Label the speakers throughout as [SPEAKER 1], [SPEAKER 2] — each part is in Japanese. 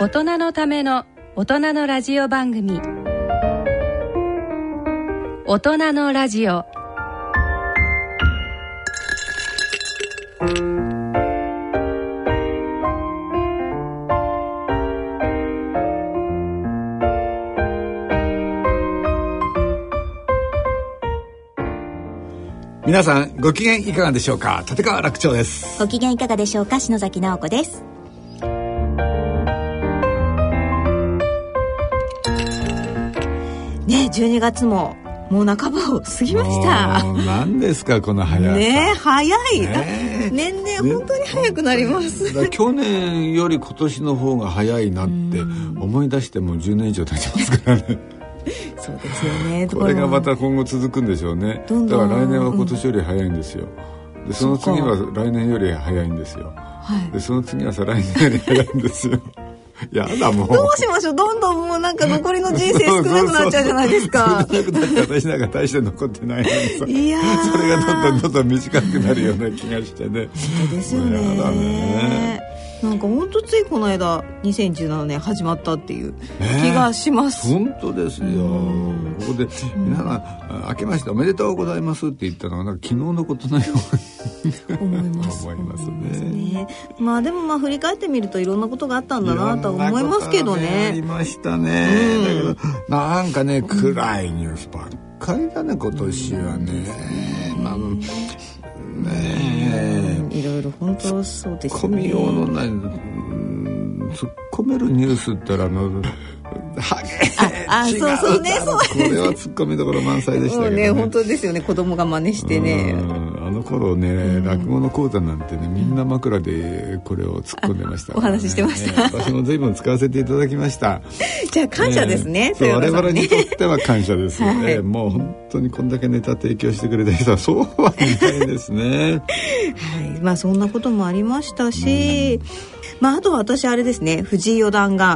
[SPEAKER 1] 大人のための大人のラジオ番組、大人のラジオ。
[SPEAKER 2] 皆さんご機嫌いかがでしょうか。立川楽長です。
[SPEAKER 3] ご機嫌いかがでしょうか。篠崎直子です。ね、12月ももう半ばを過ぎました。
[SPEAKER 2] 何ですかこの早さ
[SPEAKER 3] ね。早い、年々本当に早くなります。
[SPEAKER 2] 去年より今年の方が早いなって思い出しても10年以上経ちますからね。
[SPEAKER 3] そうですよね。
[SPEAKER 2] これがまた今後続くんでしょうね。だから来年は今年より早いんですよ。でその次は来年より早いんですよ。でその次は再来年より早いんですよ。やだもう。
[SPEAKER 3] どうしましょう。どんどんもうなんか残りの人生少なくなっちゃうじゃないですか。
[SPEAKER 2] 少なくなって私なんか大して残ってないのにさ。いやそれがどんどん短くなるような気がしてね。
[SPEAKER 3] そうですよね。やだね。なんか本当ついこの間2017年始まったっていう気がします。
[SPEAKER 2] 本当ですよ。ここで皆さん明けましておめでとうございますって言ったのがなんか昨日のことのように思いますね。
[SPEAKER 3] まあでも振り返ってみるといろんなことがあったんだなと思いますけどね。
[SPEAKER 2] ありましたね。だけどなんかね暗いニュースばっかりだね今年はね。
[SPEAKER 3] いろいろ本当そうですね。
[SPEAKER 2] 突っ込みようのない突っ込めるニュースって
[SPEAKER 3] そうね。そう
[SPEAKER 2] これは突っ込みどころ満載でしたけどね。
[SPEAKER 3] 本当ですよね。子供が真似してね。
[SPEAKER 2] あの頃ね、落語の講座なんてねみんな枕でこれを突っ込んでました、
[SPEAKER 3] お話ししてました。
[SPEAKER 2] 私も随分使わせていただきました。
[SPEAKER 3] じゃあ感謝ですね。
[SPEAKER 2] 我々にとっては感謝ですよね。もう本当にこんだけネタ提供してくれた人はそうはいないですね。
[SPEAKER 3] はい、そんなこともありましたし、あとは私あれですね、藤井四段が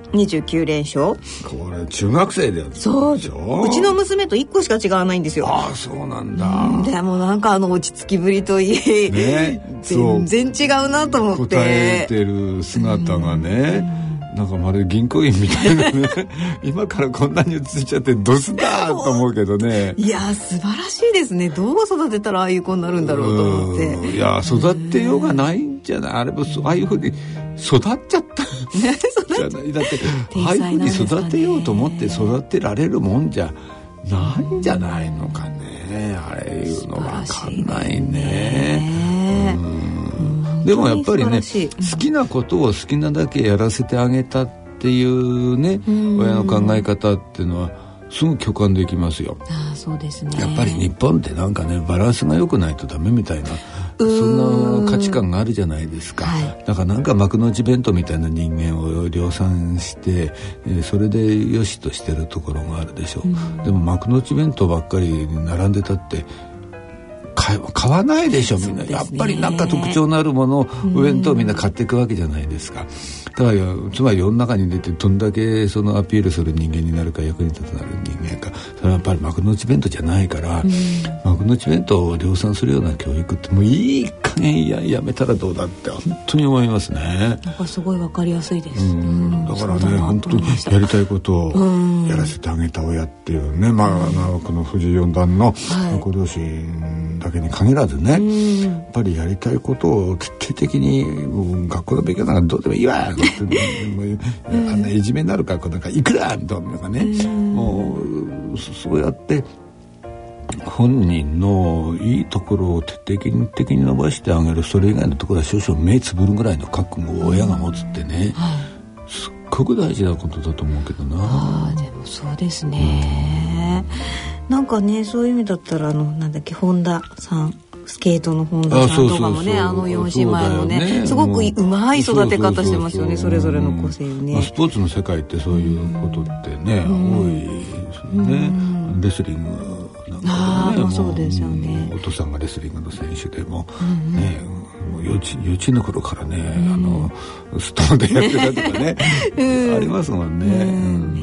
[SPEAKER 3] 29連勝。
[SPEAKER 2] これ中学生でやってたんでしょ。
[SPEAKER 3] うちの娘と1個しか違わないんですよ。
[SPEAKER 2] そうなんだ。
[SPEAKER 3] でもなんか落ち着きぶりといい、全然違うなと思って。
[SPEAKER 2] 答えてる姿がね、なんかまるで銀行員みたいなね。今からこんなに映っちゃってドスだと思うけどね。
[SPEAKER 3] いや素晴らしいですね。どう育てたらああいう子になるんだろうと思って。
[SPEAKER 2] いや育てようがないんじゃない。あれもああいうふうに育っちゃったじゃない。だってああいうふうに育てようと思って育てられるもんじゃないんじゃないのかね。あれいうのわかんないね。でもやっぱりね、好きなことを好きなだけやらせてあげたっていうね、親の考え方っていうのはすぐ共感できますよ。
[SPEAKER 3] そうですね。
[SPEAKER 2] やっぱり日本ってなんかねバランスが良くないとダメみたいなそんな価値観があるじゃないですか。だからなんか幕の内弁当みたいな人間を量産して、それで良しとしてるところがあるでしょ。でも幕の内弁当ばっかり並んでたって買わないでしょみんな。やっぱりなんか特徴のあるものをお弁当みんな買っていくわけじゃないですか。だからつまり世の中に出てどんだけそのアピールする人間になるか役に立つなる人間か、それはやっぱり幕の内弁当じゃないから、幕の内弁当を量産するような教育ってもういい加減やめたらどうだって本当に思いますね。
[SPEAKER 3] なんかすごいわかりやすいです。
[SPEAKER 2] だからね本当にやりたいことをやらせてあげた親っていうね、この藤井四段のご両親だけに限らずね、やっぱりやりたいことを徹底的に学校の勉強なんかどうでもいいわあんないじめになる学校なんかいくらとかね、もうそうやって本人のいいところを徹底的に伸ばしてあげる。それ以外のところは少々目つぶるぐらいの覚悟を親が持つってね、すっごく大事なことだと思うけどな。
[SPEAKER 3] でもそうですね。なんかねそういう意味だったらなんだっけ本田さん、スケートの本田さんとかもね、4姉妹のねすごくうまい育て方してますよね。それぞれの個性ね。
[SPEAKER 2] スポーツの世界ってそういうことってね、多いですよね。レスリングなんかね、
[SPEAKER 3] そうですよね。
[SPEAKER 2] お父さんがレスリングの選手でもね、もう幼稚園の頃からねストーンでやってたとかねありますもんね。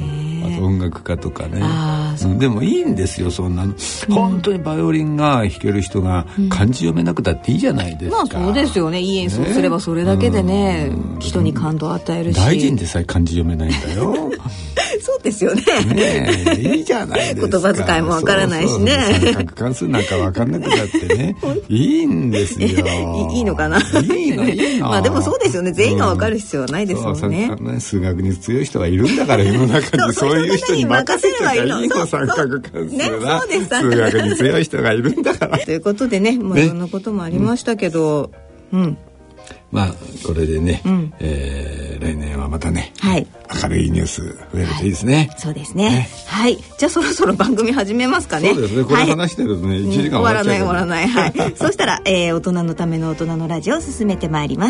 [SPEAKER 3] ね。
[SPEAKER 2] あと音楽家とかね。でもいいんですよ、そんなの。本当にバイオリンが弾ける人が漢字読めなくたっていいじゃないですか。
[SPEAKER 3] まあそうですよね。いい演奏すればそれだけでね、人に感動を与えるし。
[SPEAKER 2] 大臣でさえ漢字読めないんだよ。
[SPEAKER 3] そうですよね。
[SPEAKER 2] ねえ、いいじゃないですか。
[SPEAKER 3] 言葉遣いもわからないしね。
[SPEAKER 2] 三角関数なんかわかんなくなってね。いいんですよ。
[SPEAKER 3] いいのかな。
[SPEAKER 2] いいの。
[SPEAKER 3] まあでもそうですよね。全員がわかる必要はないですもんね。
[SPEAKER 2] 数学に強い人がいるんだから世の中にそういう人に任せればいいの。三角関数は数学に強い人がいるんだから。
[SPEAKER 3] ということでね、もういろんなこともありましたけど、
[SPEAKER 2] まあこれでね、来年はまたね、明るいニュース増えるといいですね。
[SPEAKER 3] そうですね。はい。じゃあそろそろ番組始めますかね。
[SPEAKER 2] そうですね。これ話してるとね、1時間終わっちゃう。
[SPEAKER 3] 終わらない。はい。そしたら、大人のための大人のラジオを進めてまいります。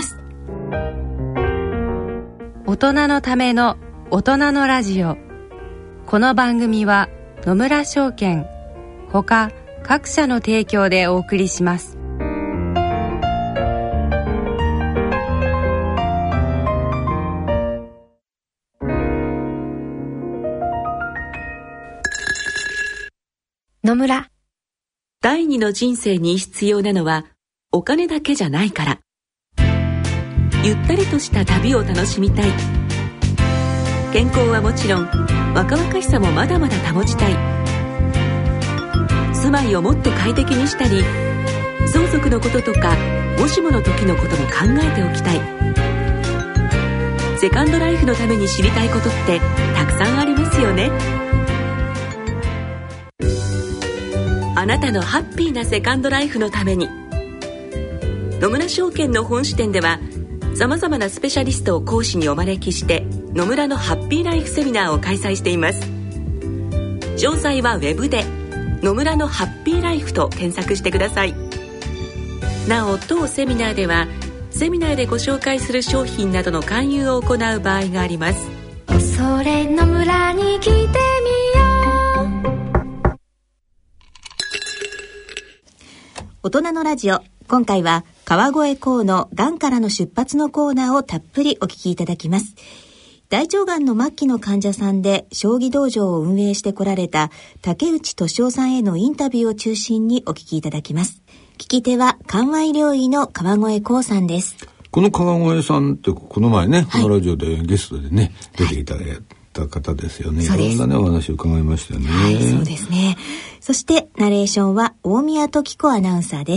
[SPEAKER 1] 大人のための大人のラジオ。この番組は野村証券ほか各社の提供でお送りします。
[SPEAKER 4] 野村。第二の人生に必要なのはお金だけじゃないから。ゆったりとした旅を楽しみたい。健康はもちろん若々しさもまだまだ保ちたい。住まいをもっと快適にしたり、相続のこととかもしもの時のことも考えておきたい。セカンドライフのために知りたいことってたくさんありますよね。あなたのハッピーなセカンドライフのために、野村証券の本支店ではさまざまなスペシャリストを講師にお招きして野村のハッピーライフセミナーを開催しています。詳細はウェブで野村のハッピーライフと検索してください。なお当セミナーではセミナーでご紹介する商品などの勧誘を行う場合があります。
[SPEAKER 5] それ野村に来てみよう。
[SPEAKER 3] 大人のラジオ、今回は川越港のがんからの出発のコーナーをたっぷりお聞きいただきます。大腸がんの末期の患者さんで将棋道場を運営してこられた竹内俊夫さんへのインタビューを中心にお聞きいただきます。聞き手は緩和医療医の川越光さんです。
[SPEAKER 2] この川越さんってこの前ね、このラジオでゲストでね、出ていただいた方ですよね。いろんなねお話を伺いましたよね。
[SPEAKER 3] はい、そうですね。そしてナレーションは大宮時子アナウンサーです。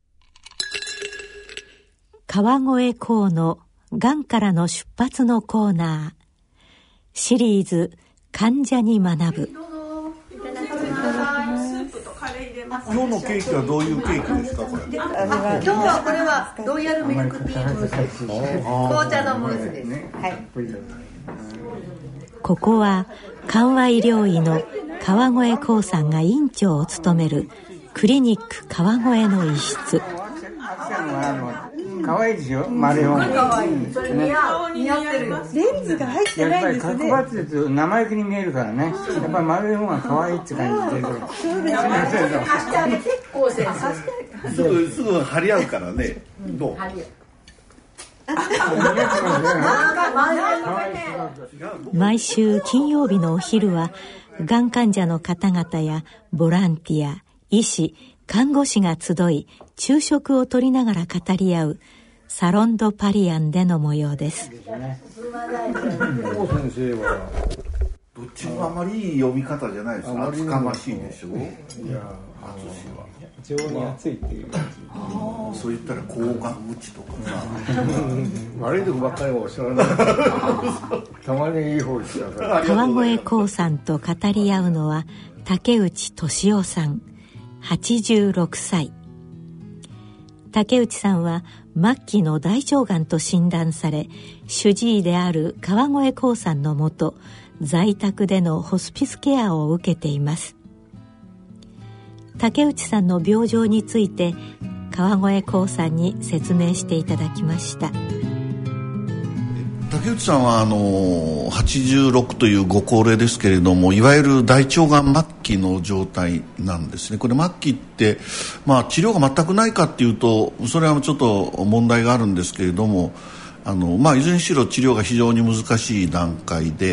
[SPEAKER 6] 川越港のがんからの出発のコーナーシリーズ患者に学ぶ。
[SPEAKER 7] 今日のケーキはどういうケーキですか？これ今日
[SPEAKER 8] はこれはロイヤルミルクティームースです。紅茶のムースです。はい。
[SPEAKER 6] ここは緩和医療医の川越光さんが院長を務めるクリニック川越の一室。
[SPEAKER 9] 可愛いですよ、マレオン。
[SPEAKER 8] 可愛い。それ似合ってるよ。レンズが入ってないんですね。
[SPEAKER 9] やっぱり角張って生意気に見えるからね。やっぱりマレオンは可愛いって感じで。
[SPEAKER 8] そうですね。貸してあげて。こう先
[SPEAKER 7] 生。すぐ張り合うからね。どう？
[SPEAKER 6] 毎週金曜日のお昼はがん患者の方々やボランティア、医師、看護師が集い昼食をとりながら語り合うサロンドパリアンでの模様です。
[SPEAKER 7] 先生はどっちもあまりいい読み方じゃないですか。厚かましいでしょ。いや、厚しは
[SPEAKER 9] 非常に熱いっていう感
[SPEAKER 7] じ。そう言ったら抗がん無知とかさ
[SPEAKER 9] 悪いとこばっかりはおっしゃらないたまにいい方ですよ。
[SPEAKER 6] 川越光さんと語り合うのは竹内俊夫さん86歳。竹内さんは末期の大腸がんと診断され、主治医である川越光さんのもと在宅でのホスピスケアを受けています。竹内さんの病状について川越光さんに説明していただきました。
[SPEAKER 7] 竹内さんは86というご高齢ですけれども、いわゆる大腸がん末期の状態なんですね。これ末期って、治療が全くないかっていうとそれはちょっと問題があるんですけれども、いずれにしろ治療が非常に難しい段階で、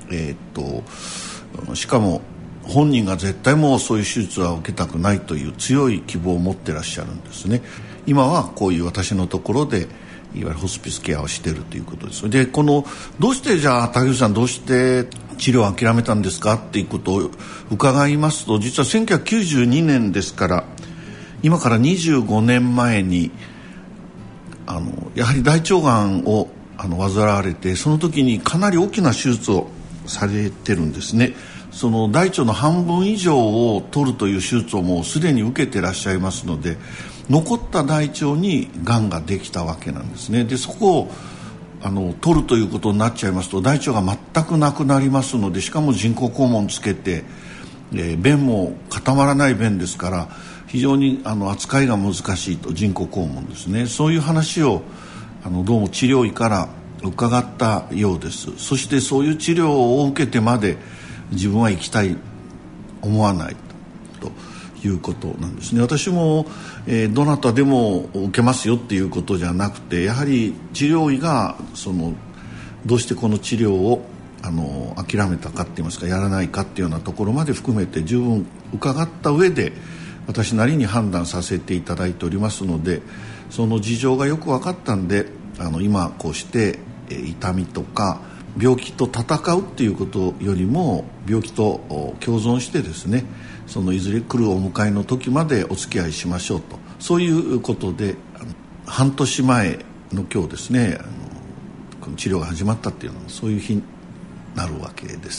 [SPEAKER 7] しかも本人が絶対もうそういう手術は受けたくないという強い希望を持ってらっしゃるんですね。今はこういう私のところでいわゆるホスピスケアをしているということです。でどうしてじゃあ竹内さんどうして治療を諦めたんですかっていうことを伺いますと、実は1992年ですから今から25年前にやはり大腸がんを患われて、その時にかなり大きな手術をされてるんですね。その大腸の半分以上を取るという手術をもうすでに受けてらっしゃいますので、残った大腸にがんができたわけなんですね。でそこを取るということになっちゃいますと大腸が全くなくなりますので、しかも人工肛門つけて、便も固まらない便ですから非常に扱いが難しいと、人工肛門ですね。そういう話をどうも治療医から伺ったようです。そしてそういう治療を受けてまで自分は生きたい思わないということなんですね。私も、どなたでも受けますよっていうことじゃなくて、やはり治療医がどうしてこの治療を諦めたかって言いますか、やらないかっていうようなところまで含めて十分伺った上で私なりに判断させていただいておりますので、その事情がよく分かったんで今こうして痛みとか病気と戦うっていうことよりも病気と共存してですね、そのいずれ来るお迎えの時までお付き合いしましょうと、そういうことで半年前の今日ですね、この治療が始まったっていうのはそういう日になるわけです。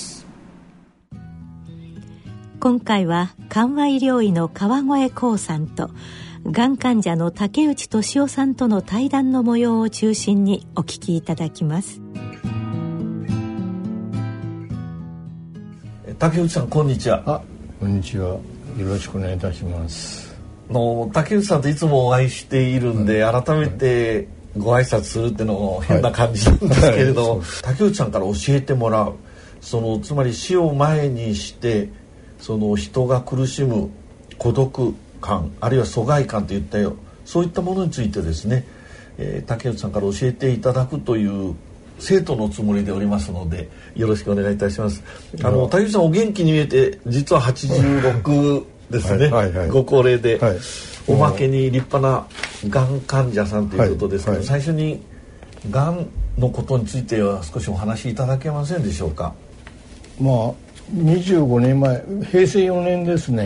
[SPEAKER 6] 今回は緩和医療医の川越幸さんとがん患者の竹内俊夫さんとの対談の模様を中心にお聞きいただきます。
[SPEAKER 10] 竹内さん、こんにちは。
[SPEAKER 9] こんにちは、よろしくお願いいたします。
[SPEAKER 10] 竹内さんといつもお会いしているんで、改めてご挨拶するっていうのも変な感じなんですけれども、竹内さんから教えてもらうつまり死を前にして人が苦しむ孤独感、あるいは疎外感といったよ、そういったものについてですね、竹内さんから教えていただくという生徒のつもりでおりますので、よろしくお願いいたします。竹内さんお元気に見えて、実は86ですね、ご高齢で、おまけに立派ながん患者さんということですけど、最初にがんのことについては少しお話しいただけませんでしょうか。
[SPEAKER 9] 25年前、平成4年ですね、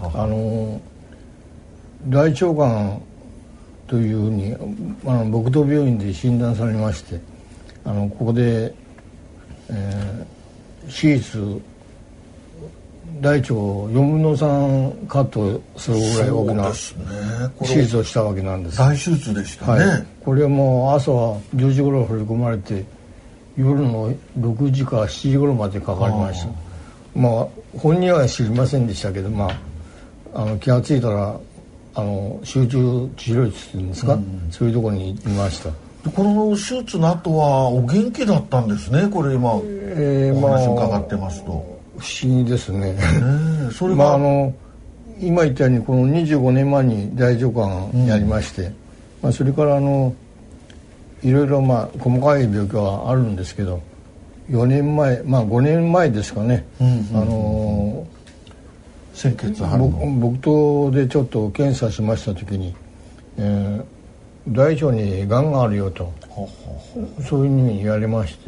[SPEAKER 9] 大腸がんというふうに木道病院で診断されまして、ここで、手術、大腸を4分の3カットするぐらい大きな手術をしたわけなんです。
[SPEAKER 10] 大手術でしたね。
[SPEAKER 9] これはもう朝10時頃振り込まれて、夜の6時か7時頃までかかりました。本人は知りませんでしたけど、気がついたら集中治療室っていうんですか、そういうところにいました。
[SPEAKER 10] この手術の後はお元気だったんですね。これ今、お話を伺ってますと、
[SPEAKER 9] 不思議ですね。それが今言ったようにこの25年前に大腸がんやりまして、それからいろいろ細かい病気はあるんですけど、4年前、5年前ですかね、
[SPEAKER 10] 鮮血反応、
[SPEAKER 9] 木刀でちょっと検査しました時に、大腸にがんがあるよと、そういうふうに言われまして、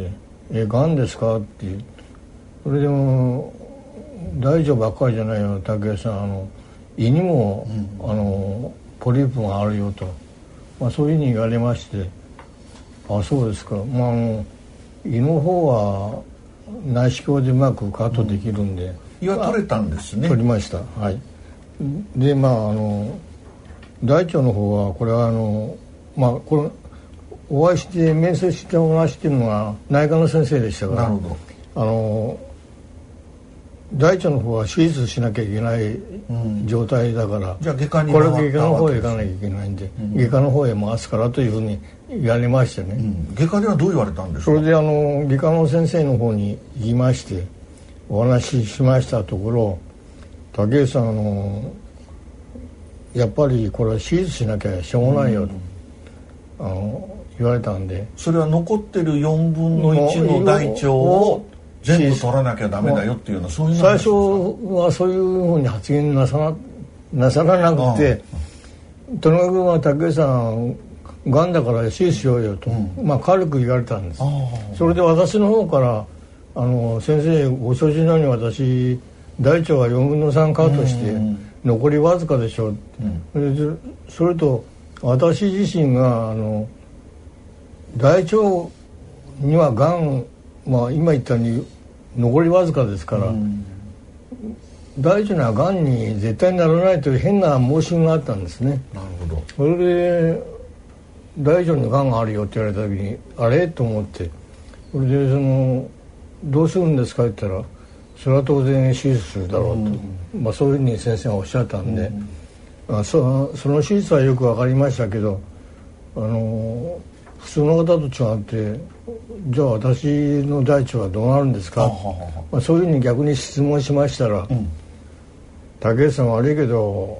[SPEAKER 9] がんですかっていう。それでも大腸ばっかりじゃないよ竹内さん、胃にも、ポリープがあるよと、そういうふうに言われまして、そうですか、胃の方は内視鏡でうまくカットできるんで、
[SPEAKER 10] 胃は取れたんですね。
[SPEAKER 9] 取りました。はい。で大腸の方はこれはこれお会いして面接してお話してるのが内科の先生でしたから、
[SPEAKER 10] なるほ
[SPEAKER 9] ど。大腸の方は手術しなきゃいけない状態だから、
[SPEAKER 10] じゃあ外科に
[SPEAKER 9] これ外科の方へ行かなきゃいけないんで、外科の方へ回すからというふうに言われましてね、
[SPEAKER 10] 外科ではどう言われたんですか。
[SPEAKER 9] それで外科の先生の方に行きましてお話ししましたところ、竹内さんやっぱりこれは手術しなきゃしょうがないよと、言われたんで、
[SPEAKER 10] それは残ってる4分の1の大腸を全部取らなきゃダメだよっていうのはそういうの
[SPEAKER 9] 最初はそういうふうに発言なさらなくて、とにかく竹内さんがんだから手術しようよと、軽く言われたんです。それで私の方から先生ご承知のように私大腸は4分の3カットして残りわずかでしょうって、それと私自身が大腸にはがん、今言ったように残りわずかですから、大腸にはがんに絶対にならないという変な申し分があったんですね。
[SPEAKER 10] なるほど。
[SPEAKER 9] それで大腸にがんがあるよって言われた時にあれと思って、それでどうするんですかって言ったら、それは当然手術するだろうと、そういうふうに先生がおっしゃったんで、その手術はよく分かりましたけど、普通の方と違ってじゃあ私の大腸はどうなるんですか、そういうふうに逆に質問しましたら、竹内さん悪いけど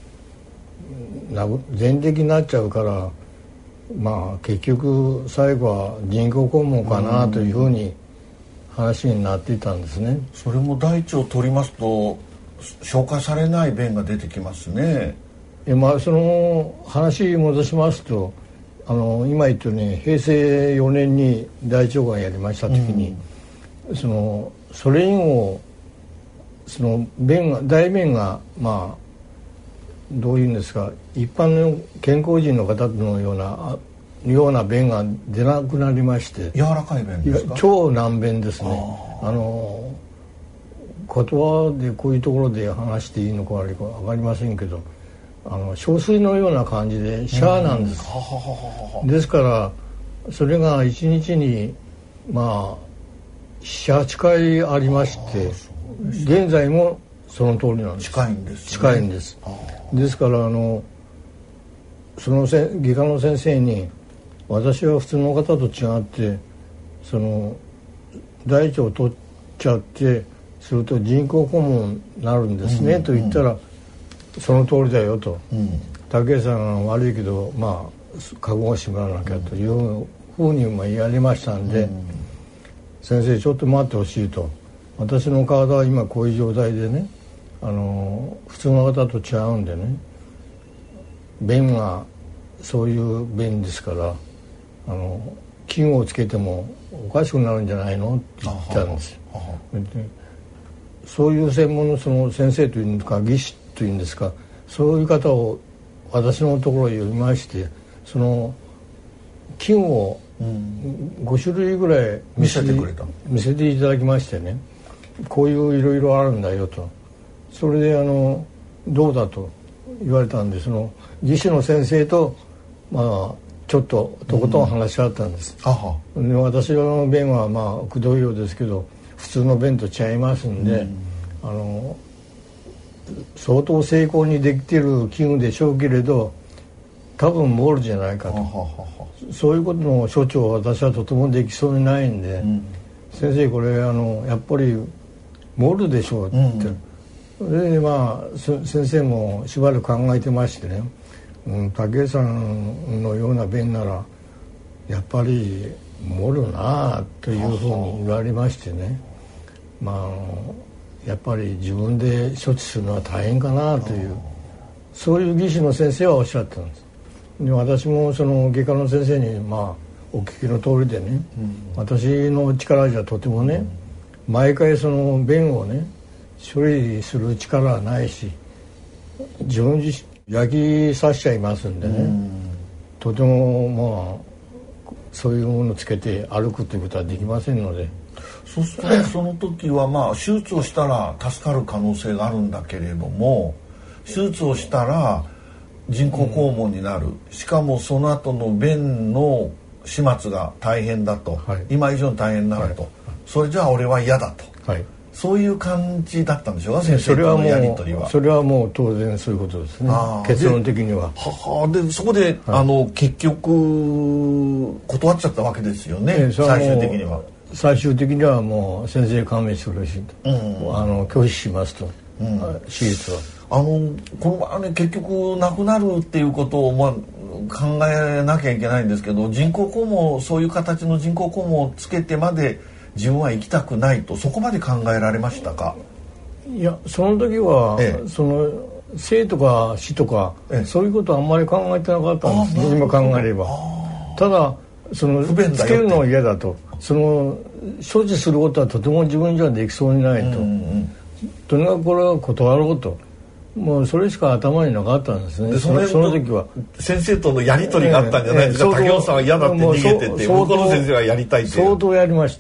[SPEAKER 9] 全摘になっちゃうから、結局最後は人工肛門かなというふうに話になっていたんですね。
[SPEAKER 10] それも大腸を取りますと消化されない便が出てきますね。
[SPEAKER 9] その話戻しますと、今言ったように平成4年に大腸がんやりました時に、それ以後大便がどういうんですか、一般の健康人の方のような便が出なくなりまして。
[SPEAKER 10] 柔らかい便ですか？
[SPEAKER 9] 超軟便ですね。言葉でこういうところで話していいのか悪いか分かりませんけど、小水のような感じでシャーなんです。ですからそれが1日に7,8 回ありまして、現在もその通りなんです。
[SPEAKER 10] 近いんですね。
[SPEAKER 9] 近いんです。ですからその外科の先生に、私は普通の方と違って大腸を取っちゃってすると人工肛門になるんですね、と言ったら、その通りだよと、竹内さんが悪いけど覚悟をしまわなきゃというふうに言われましたんで、先生ちょっと待ってほしいと、私の体は今こういう状態でね、普通の方と違うんでね、便がそういう便ですから、器具をつけてもおかしくなるんじゃないのって言ったんです。そういう専門のその先生というんですか、技師というんですか、そういう方を私のところへ呼びまして、その器具を5種類ぐらい見せていただきましてね、こういういろいろあるんだよと。それでどうだと言われたんで、その技師の先生とちょっととことん話し合ったんです。で私の便はくどいようですけど普通の便と違いますんで、相当精巧にできている器具でしょうけれど多分モールじゃないかと、そういうことの処置を私はとてもできそうにないんで、先生これやっぱりモールでしょうって、それで先生もしばらく考えてましてね、竹内さんのような便ならやっぱりモールなあというふうに言われましてね、やっぱり自分で処置するのは大変かなという、そういう技師の先生はおっしゃったんです。で私もその外科の先生にお聞きの通りでね、私の力じゃとてもね、毎回その便をね処理する力はないし、自分自身焼き刺しちゃいますんでね、とてもそういうものをつけて歩くということはできませんので。
[SPEAKER 10] そうするとその時は手術をしたら助かる可能性があるんだけれども、手術をしたら人工肛門になる、しかもその後の便の始末が大変だと、今以上に大変になると、それじゃあ俺は嫌だと、そういう感じだったんでしょうか、先生とのやり取りは。
[SPEAKER 9] それはもう当然そういうことですね、結論的には。
[SPEAKER 10] でそこで、結局断っちゃったわけですよね、最終的には。
[SPEAKER 9] 最終的にはもう先生勘弁してほしいと、拒否しますと、手術は。
[SPEAKER 10] この場合ね、結局亡くなるっていうことを考えなきゃいけないんですけど、人工肛門、そういう形の人工肛門をつけてまで自分は生きたくないとそこまで考えられましたか？
[SPEAKER 9] いやその時は、その生とか死とか、そういうことはあんまり考えてなかったんですね、今考えれば。ただそのつけるのが嫌だと、その処置することはとても自分じゃできそうにないと、とにかくこれは断ろうと、もうそれしか頭になかったんですね。
[SPEAKER 10] でその時は先生とのやり取りがあったんじゃないですか？竹雄さんは嫌だって逃げてて、向こうの先生はやりたいって。
[SPEAKER 9] 相当やりました。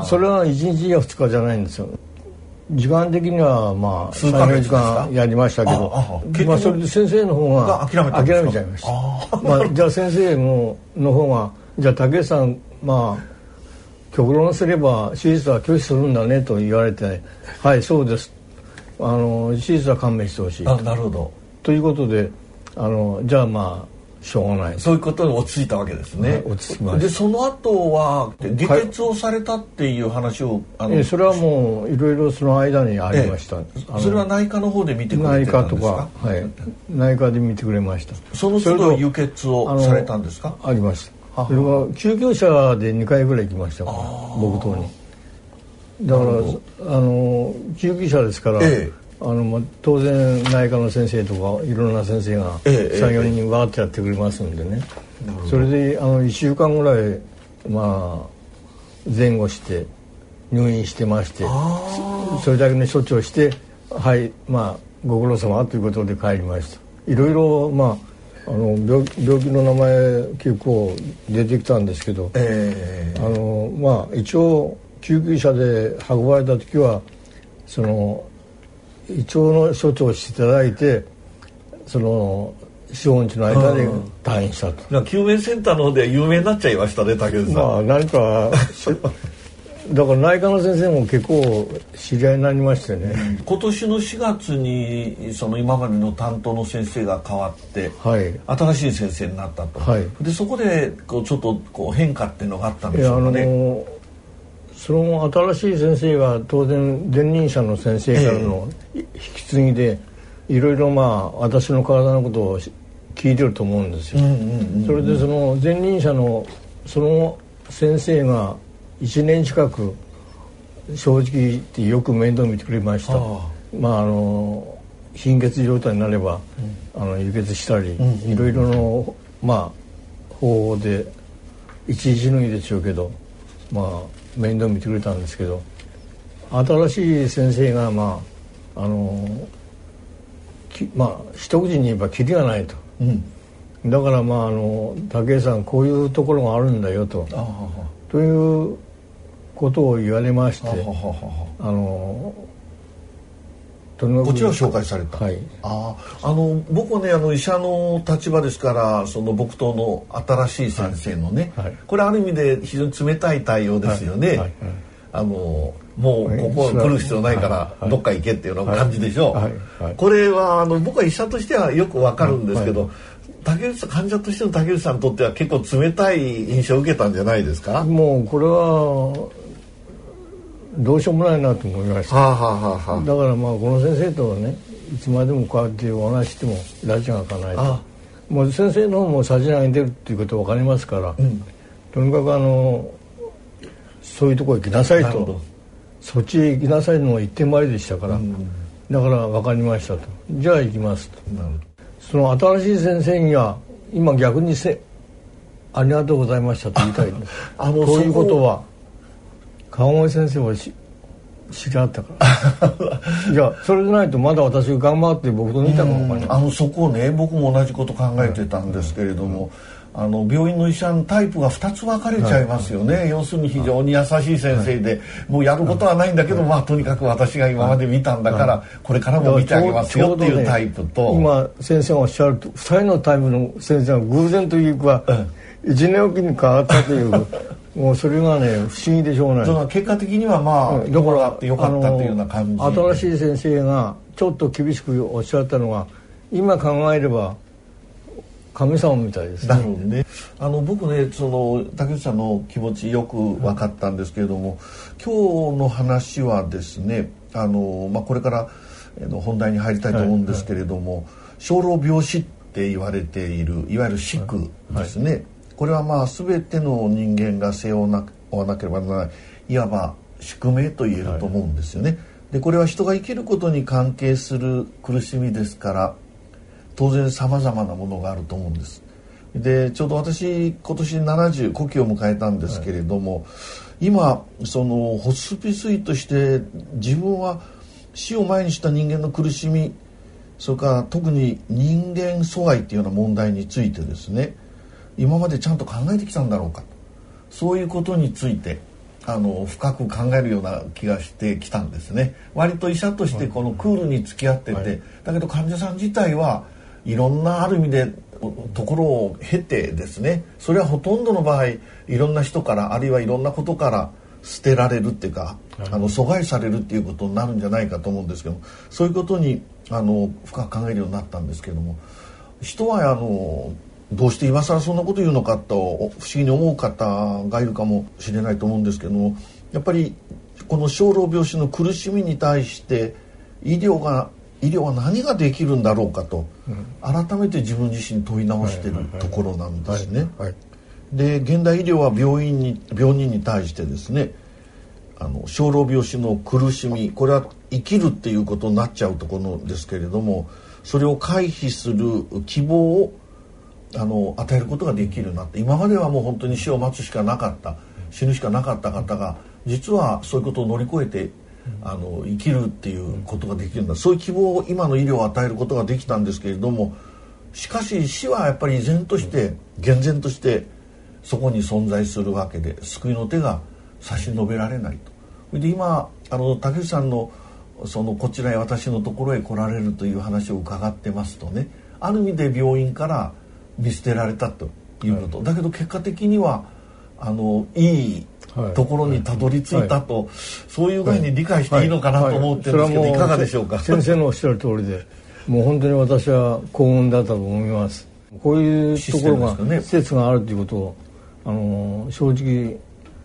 [SPEAKER 9] それは1日や2日じゃないんですよ。時間的にはまあ3-4時間やりましたけど、まあそれで先生の方が諦めちゃいました。まあじゃあ先生の方が、じゃあ竹内さん、まあ極論すれば手術は拒否するんだねと言われて、はい、そうです、手術は勘弁してほしいと。
[SPEAKER 10] なるほど。
[SPEAKER 9] ということでじゃあまあしょうがない、
[SPEAKER 10] そういうことに落ち着いたわけですね。
[SPEAKER 9] 落ち着きました。
[SPEAKER 10] でその後は下血をされたっていう話を、
[SPEAKER 9] それはもういろいろその間にありました。
[SPEAKER 10] それは内科の方で見てくれてたんですか？内科とか、はい、内科で見てくれました。その都度輸血をされたんですか？
[SPEAKER 9] ありました。それは救急車で2回ぐらい行きましたから、僕とに。だから救急車ですから、当然内科の先生とかいろんな先生が 3,4 人わーってやってくれますんでね、それで1週間ぐらいまあ前後して入院してまして、それだけの処置をして、はい、まあご苦労様ということで帰りました。いろいろまあ病気の名前結構出てきたんですけど、まあ一応救急車で運ばれた時はその胃腸の処置をしていただいて、その4、5日の間で退院したと。
[SPEAKER 10] 救命センターの方で有名になっちゃいましたね、竹内さん。
[SPEAKER 9] まあ何かだから内科の先生も結構知り合いになりましてね、
[SPEAKER 10] 今年の4月にその今までの担当の先生が変わって、新しい先生になったと、でそこでちょっと変化っていうのがあったんでしょうかね。
[SPEAKER 9] その新しい先生が当然前任者の先生からの引き継ぎで、いろいろまあ私の体のことを聞いてると思うんですよ。それでその前任者のその先生が1年近く正直言ってよく面倒見てくれました。まあ貧血状態になれば輸血したり、いろいろのまあ方法で一日のいいでしょうけど、まあ面倒見てくれたんですけど、新しい先生がまあ一口に言えばキリがないと、だからまあ武井さんこういうところがあるんだよということを言われまして、
[SPEAKER 10] こちらを紹介された。僕はね医者の立場ですから、その僕との新しい先生のね、これある意味で非常に冷たい対応ですよね。もうここ来る必要ないからどっか行けっていうような感じでしょう。これは僕は医者としてはよくわかるんですけど、竹内さん、患者としての竹内さんにとっては結構冷たい印象を受けたんじゃないですか？
[SPEAKER 9] もうこれはどうしようもないなと思いました。だからまあこの先生とはね、いつまでもこうやってお話しても拉致が開かないと。もう先生の方もさじ投げてるっていうことは分かりますから、とにかくそういうところ行きなさいと、そっちへ行きなさいの一点張りでしたから、だから分かりましたと、じゃあ行きますと。その新しい先生には今逆にありがとうございましたと言いたいんです。ということは川越先生を知り合ったからいやそれでないとまだ私が頑張って僕と似たかもわからない。
[SPEAKER 10] そこね、僕も同じこと考えてたんですけれども、病院の医者のタイプが2つ分かれちゃいますよね。要するに非常に優しい先生で、もうやることはないんだけど、まあとにかく私が今まで見たんだから、これからも見てあげますよっていうタイプと、
[SPEAKER 9] 今先生がおっしゃると2人のタイプの先生が偶然というか1年おきに変わったというもうそれがね不思議でしょうがない。
[SPEAKER 10] 結果的にはまあ
[SPEAKER 9] だから
[SPEAKER 10] よかったというような感じ。
[SPEAKER 9] 新しい先生がちょっと厳しくおっしゃったのは今考えれば神様みたいですね。
[SPEAKER 10] なるほどね。僕ねその竹内さんの気持ちよく分かったんですけれども、今日の話はですねこれから本題に入りたいと思うんですけれども、生老病死って言われているいわゆる死苦ですね。これはまあ全ての人間が背負わなければならない、いわば宿命と言えると思うんですよね。でこれは人が生きることに関係する苦しみですから、当然さまざまなものがあると思うんです。でちょうど私今年70古希を迎えたんですけれども、今そのホスピス医として自分は死を前にした人間の苦しみ、それから特に人間阻害っていうような問題についてですね、今までちゃんと考えてきたんだろうか、そういうことについて深く考えるような気がしてきたんですね。割と医者としてこのクールに付き合ってて、だけど患者さん自体はいろんなある意味でところを経てですね、それはほとんどの場合いろんな人からあるいはいろんなことから捨てられるっていうか、阻害されるっていうことになるんじゃないかと思うんですけども、そういうことに深く考えるようになったんですけども、人はどうして今更そんなこと言うのかと不思議に思う方がいるかもしれないと思うんですけども、やっぱりこの生老病死の苦しみに対して医療は何ができるんだろうかと、改めて自分自身問い直しているところなんですね。で現代医療は病人に対してですね、生老病死の苦しみ、これは生きるっていうことになっちゃうところですけれども、それを回避する希望を与えることができるなって。今まではもう本当に死を待つしかなかった、死ぬしかなかった方が実はそういうことを乗り越えて生きるっていうことができるんだ、そういう希望を今の医療を与えることができたんですけれども、しかし死はやっぱり依然として厳然としてそこに存在するわけで、救いの手が差し伸べられないと。で今竹内さんのこちらへ私のところへ来られるという話を伺ってますとね、ある意味で病院から見捨てられたということ、だけど結果的にはいいところにたどり着いたと、そういうふうに理解していいのかなと思ってるんですけど、いかがでしょうか。
[SPEAKER 9] 先生のおっしゃる通りで、もう本当に私は幸運だったと思います。こういうところが施設があるということを正直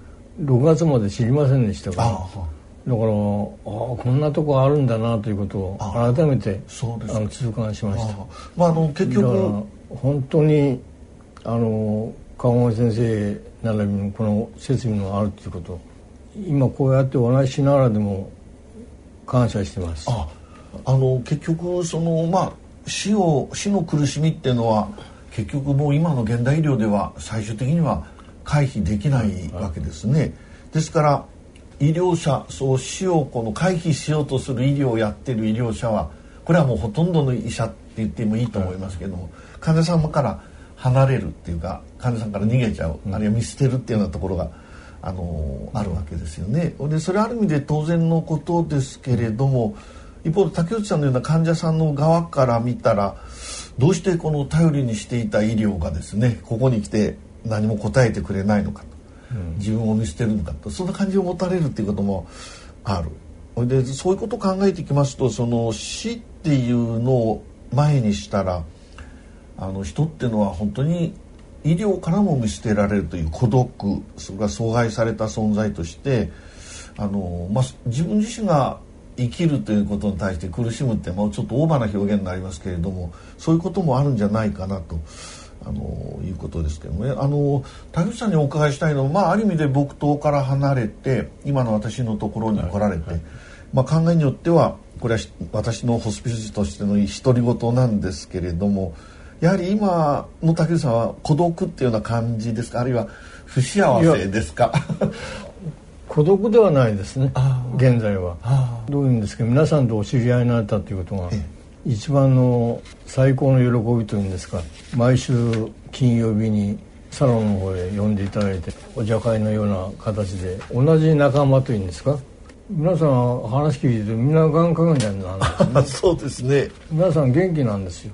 [SPEAKER 9] 6月まで知りませんでしたから、だからこんなとこあるんだなということを改めて痛感しました。
[SPEAKER 10] 結局
[SPEAKER 9] 本当に川越先生並びにこの設備があるということ、今こうやってお話ししながらでも感謝してます。
[SPEAKER 10] 結局死の苦しみっていうのは結局もう今の現代医療では最終的には回避できないわけですね。ですから医療者、そう死を回避しようとする医療をやっている医療者は、これはもうほとんどの医者って言ってもいいと思いますけども、患者様から離れるっていうか、患者さんから逃げちゃう、あるいは見捨てるっていうようなところがあるわけですよね。でそれはある意味で当然のことですけれども、一方で竹内さんのような患者さんの側から見たら、どうしてこの頼りにしていた医療がですね、ここに来て何も答えてくれないのかと、自分を見捨てるのかと、そんな感じを持たれるっていうこともある。でそういうことを考えていきますと、死っていうのを前にしたら、人っていうのは本当に医療からも見捨てられるという孤独、それから阻害された存在として自分自身が生きるということに対して苦しむって、ちょっとオーバーな表現になりますけれども、そういうこともあるんじゃないかなということですけどね。竹内さんにお伺いしたいのは、ある意味で木刀から離れて今の私のところに来られて、考えによってはこれは私のホスピス師としての独り言なんですけれども、やはり今の竹内さんは孤独っていうような感じですか、あるいは不幸せですか。
[SPEAKER 9] 孤独ではないですね、現在は。どういうんですけど、皆さんとお知り合いになったということが一番の最高の喜びというんですか、毎週金曜日にサロンの方へ呼んでいただいて、お茶会のような形で同じ仲間というんですか、皆さん話聞いてみんながん患者なんですね。
[SPEAKER 10] そうですね。
[SPEAKER 9] 皆さん元気なんですよ。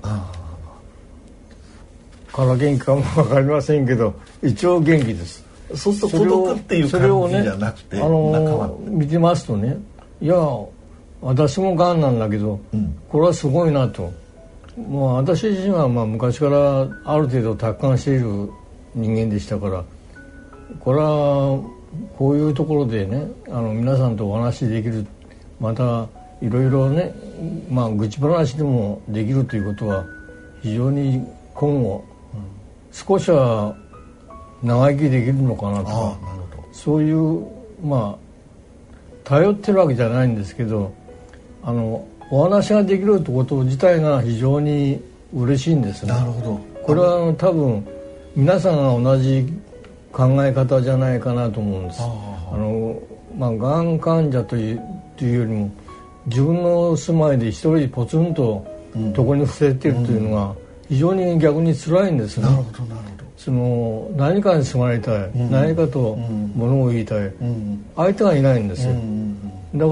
[SPEAKER 9] から元気かも分かりませんけど、一応元気です。
[SPEAKER 10] そうすると孤独っていう感じじゃなくて、
[SPEAKER 9] 見てますとね、いや私もがんなんだけど、これはすごいなと。もう私自身は昔からある程度達観している人間でしたから、これはこういうところでね、皆さんとお話しできる、またいろいろね、愚痴話でもできるということは非常に今後、少しは長生きできるのかなとか、そういう頼ってるわけじゃないんですけど、お話ができるってこと自体が非常に嬉しいんですね。
[SPEAKER 10] なるほど。
[SPEAKER 9] これは多分皆さんが同じ考え方じゃないかなと思うんです。がん患者というよりも自分の住まいで一人ポツンと床に伏せているというのが非常に逆に辛いんですね。
[SPEAKER 10] なるほどなるほど。
[SPEAKER 9] 何かにすがりたい、何かと物を言いたい、相手がいないんですよ。だ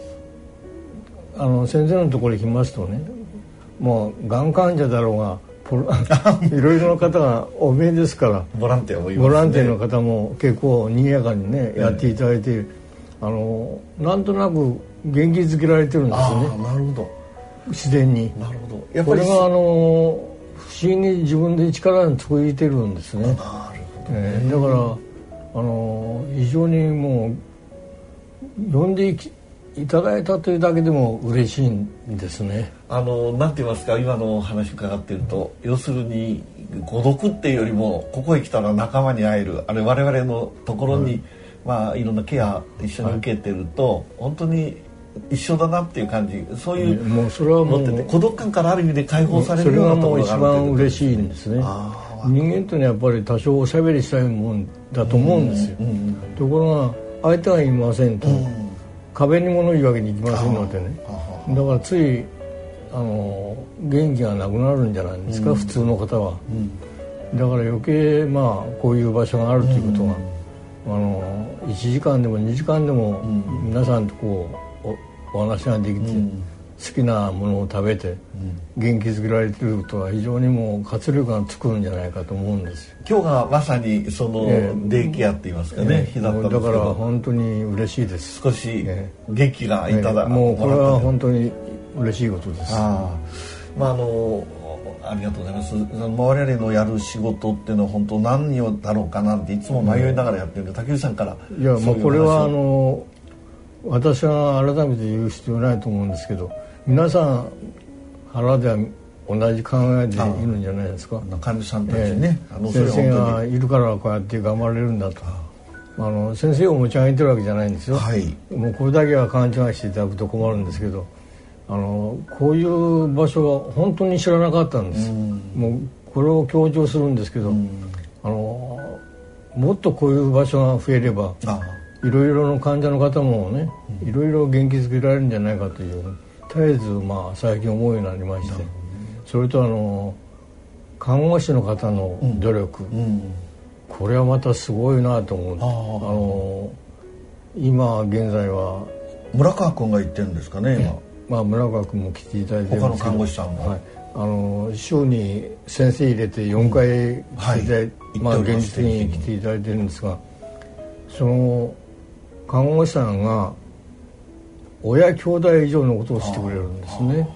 [SPEAKER 9] から先生のところに来ますとね、もうがん患者だろうがいろいろな方がお見えですから、
[SPEAKER 10] ボランティアもいますね。
[SPEAKER 9] ボランティアの方も結構賑やかにね、やっていただいて、なんとなく元気づけられてるんですよね。
[SPEAKER 10] なるほど。
[SPEAKER 9] 自然に。
[SPEAKER 10] なるほど。やっぱり
[SPEAKER 9] これが不思議に自分で力についてるんですね。
[SPEAKER 10] なるほどね。
[SPEAKER 9] だから非常にもう呼んでいただいたというだけでも嬉しいんですね。
[SPEAKER 10] なんて言いますか、今の話伺っていると、要するに孤独っていうよりもここへ来たら仲間に会える、我々のところに、いろんなケア一緒に受けてると、本当に一緒だなっていう感じ、そういう
[SPEAKER 9] もうそれはもう
[SPEAKER 10] 持ってて、孤独感からある意味で解放されるようなところがある。
[SPEAKER 9] それがもう一番嬉しいんですね。人間というのはやっぱり多少おしゃべりしたいもんだと思うんですよ。ところが相手がいませんと、壁に物言うわけにいきませんのでね。だからつい元気がなくなるんじゃないですか、普通の方は。だから余計こういう場所があるということが、1時間でも2時間でも皆さんとお話ができて、好きなものを食べて元気づけられていることは非常にもう活力がつくんじゃないかと思うんですよ。
[SPEAKER 10] 今日がまさにそのデイケアって言いますかね、日だったんですけど、
[SPEAKER 9] だから本当に嬉しいです。
[SPEAKER 10] 少し元気がいただ、
[SPEAKER 9] もうこれは本当に嬉しいことです。
[SPEAKER 10] ありがとうございます。我々のやる仕事っていうのは本当何をだろうかなっていつも迷いながらやってるんで、竹内さんから。
[SPEAKER 9] いや、もうこれは私は改めて言う必要ないと思うんですけど、皆さん腹では同じ考えでいるんじゃないですか。
[SPEAKER 10] 患者さんたちね、
[SPEAKER 9] 先生がいるからこうやって頑張れるんだと。先生を持ち上げてるわけじゃないんですよ。もうこれだけは勘違いしていただくと困るんですけど、こういう場所は本当に知らなかったんです。もうこれを強調するんですけど、もっとこういう場所が増えれば、いろいろの患者の方もね、いろいろ元気づけられるんじゃないかという、絶えず最近思うようになりまして、それと看護師の方の努力、これはまたすごいなと思う。今現在は
[SPEAKER 10] 村川君が言ってるんですかね、
[SPEAKER 9] 今。村川君も来ていただいてるんですけど、
[SPEAKER 10] 他の看護師さんも、
[SPEAKER 9] 週に先生入れて4回来ていただいて、現実に来ていただいてるんですが、その看護師さんが親兄弟以上のことをしてくれるんですね。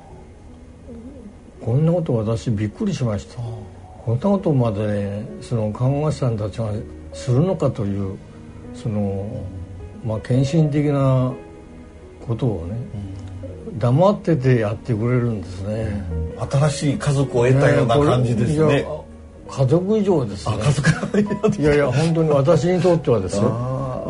[SPEAKER 9] こんなこと私びっくりしました。こんなことまでね、その看護師さんたちがするのかという、その献身的なことをね、黙っててやってくれるんですね。
[SPEAKER 10] 新しい家族を得たような感じですね。
[SPEAKER 9] 家族以上ですね。
[SPEAKER 10] 家族以上です。
[SPEAKER 9] いやいや、本当に私にとってはですよ。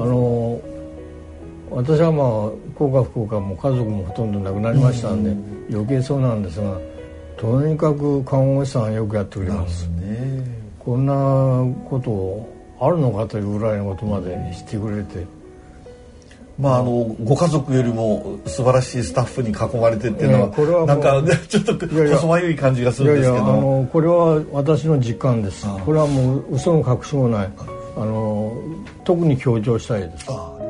[SPEAKER 9] 私は幸か不幸かも家族もほとんど亡くなりましたんで、余計そうなんですが、とにかく看護師さんはよくやってくれます。こんなことあるのかというぐらいのことまでしてくれて、
[SPEAKER 10] ご家族よりも素晴らしいスタッフに囲まれてっていうのは、これはなんかちょっと細迷い感じがするんですけど、
[SPEAKER 9] これは私の実感です。これはもう嘘の隠しもない、特に強調したいです。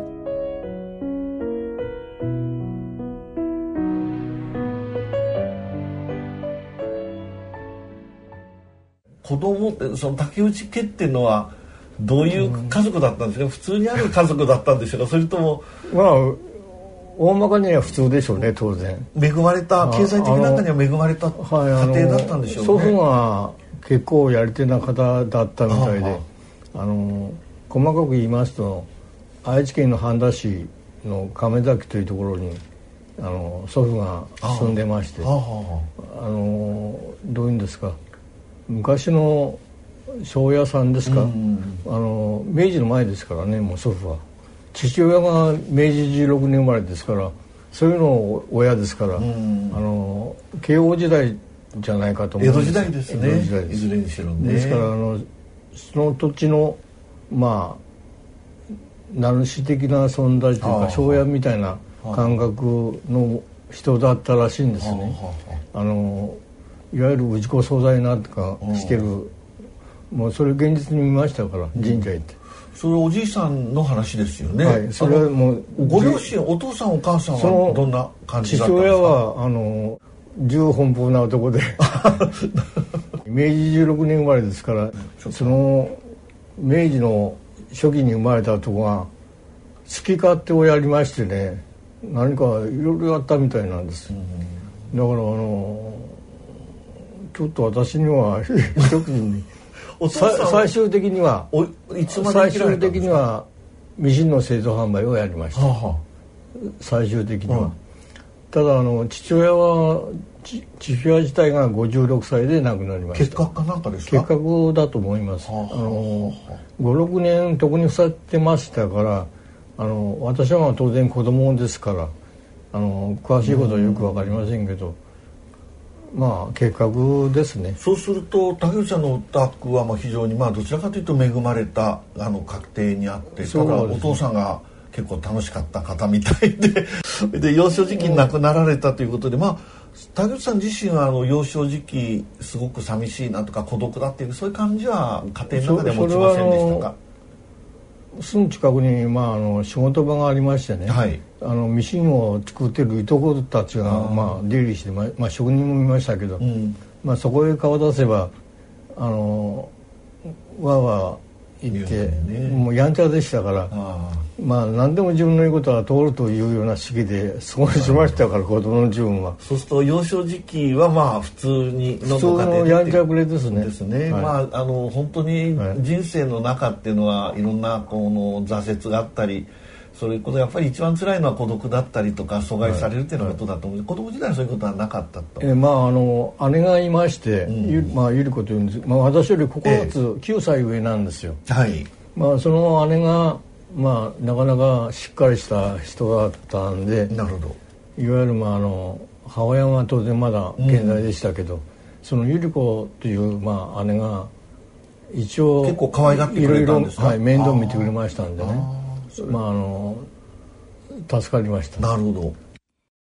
[SPEAKER 10] 子供ってその竹内家っていうのはどういう家族だったんですか。普通にある家族だったんでしょうか、それとも
[SPEAKER 9] 大まかには普通でしょうね。当然
[SPEAKER 10] 恵まれた、経済的な中には恵まれた家庭だったんでしょうね。
[SPEAKER 9] 祖父が結構やり手な方だったみたいで、細かく言いますと、愛知県の半田市の亀崎というところに祖父が住んでまして、どういうんですか、昔の庄屋さんですか、明治の前ですからね、もう祖父は父親が明治16年生まれですから、そういうの親ですから、慶応時代じゃないかと思うんです。
[SPEAKER 10] 江戸時代ですね。いずれにしろね。
[SPEAKER 9] ですからその土地のまあ名主的な存在というか庄屋みたいな感覚の人だったらしいんですね。いわゆる氏子総菜なんとかしてる、もうそれ現実に見ましたから、神社行って。
[SPEAKER 10] それおじいさんの話ですよね。
[SPEAKER 9] はい、それはもう
[SPEAKER 10] ご両親、お父さんお母さんはどんな感じだったんですか？
[SPEAKER 9] 父親は自由奔放な男で明治16年生まれですから、その明治の初期に生まれた男が好き勝手をやりましてね、何かいろいろやったみたいなんです。だからちょっと私には一時に最終的にはミシンの製造販売をやりました。最終的には。ただ父親自体が56歳で亡くなりました。
[SPEAKER 10] 結核かなんかですか？
[SPEAKER 9] 結核だと思います。5、6年床に伏さってましたから、私は当然子供ですから、詳しいことはよく分かりませんけど、まあ結核ですね。
[SPEAKER 10] そうすると竹内さんのお宅は非常にどちらかというと恵まれた家庭にあって、ただお父さんが結構楽しかった方みたいで幼少時期に亡くなられたということで、竹内さん自身は幼少時期すごく寂しいなとか孤独だっていうそういう感じは家庭の中で持ちませんでしたか？
[SPEAKER 9] 住む近くに仕事場がありましてね、はい、ミシンを作ってるいとこたちが出入りして、職人も見ましたけど、そこへ顔出せばわーわー言って、もうやんちゃでしたから、何でも自分の言うことは通るというような式で過ごしましたから子供の自分は。
[SPEAKER 10] そうすると幼少時期は普通に
[SPEAKER 9] 普通のやんちゃくれですね。
[SPEAKER 10] はい、本当に人生の中っていうのはいろんな挫折があったり、それこそやっぱり一番辛いのは孤独だったりとか阻害されるっていうことだと思う。子供時代はそういうことはなかったと。
[SPEAKER 9] 姉がいまして、ゆり子というんです。私より9歳上なんですよ。
[SPEAKER 10] はい。
[SPEAKER 9] その姉がなかなかしっかりした人だったんで、
[SPEAKER 10] なるほ
[SPEAKER 9] ど。いわゆる母親は当然まだ健在でしたけど、そのゆり子という姉が一応
[SPEAKER 10] 結構可愛がってくれたんですか？
[SPEAKER 9] はい、面倒見てくれましたんでね。助かりました。
[SPEAKER 10] なるほど。